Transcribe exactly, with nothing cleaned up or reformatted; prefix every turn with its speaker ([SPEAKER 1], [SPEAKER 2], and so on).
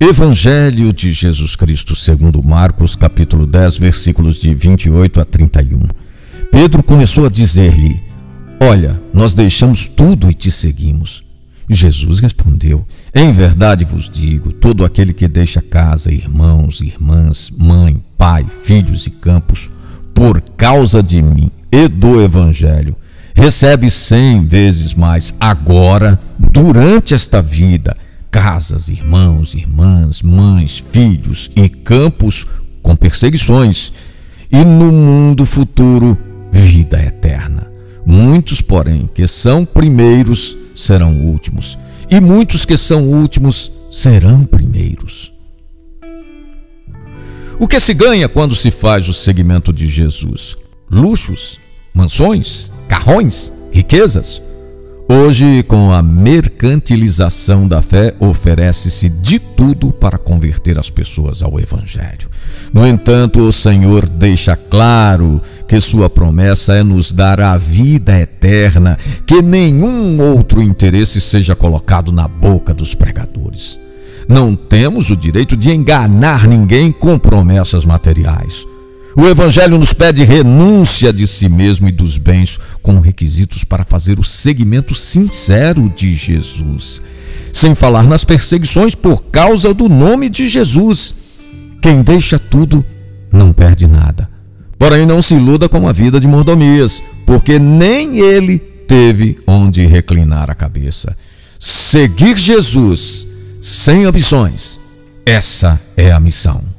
[SPEAKER 1] Evangelho de Jesus Cristo segundo Marcos, capítulo dez, versículos de vinte e oito a trinta e um. Pedro começou a dizer-lhe: Olha, nós deixamos tudo e te seguimos. Jesus respondeu: Em verdade vos digo, todo aquele que deixa casa, irmãos, irmãs, mãe, pai, filhos e campos, por causa de mim e do Evangelho, recebe cem vezes mais agora, durante esta vida, casas, irmãos, irmãs, mães, filhos e campos com perseguições, e no mundo futuro, vida eterna. Muitos, porém, que são primeiros serão últimos, e muitos que são últimos serão primeiros. O que se ganha quando se faz o seguimento de Jesus? Luxos, mansões, carrões, riquezas? Hoje, com a mercantilização da fé, oferece-se de tudo para converter as pessoas ao Evangelho. No entanto, o Senhor deixa claro que sua promessa é nos dar a vida eterna, que nenhum outro interesse seja colocado na boca dos pregadores. Não temos o direito de enganar ninguém com promessas materiais. O Evangelho nos pede renúncia de si mesmo e dos bens como requisitos para fazer o seguimento sincero de Jesus. Sem falar nas perseguições por causa do nome de Jesus. Quem deixa tudo não perde nada. Porém, não se iluda com a vida de mordomias, porque nem ele teve onde reclinar a cabeça. Seguir Jesus sem ambições, essa é a missão.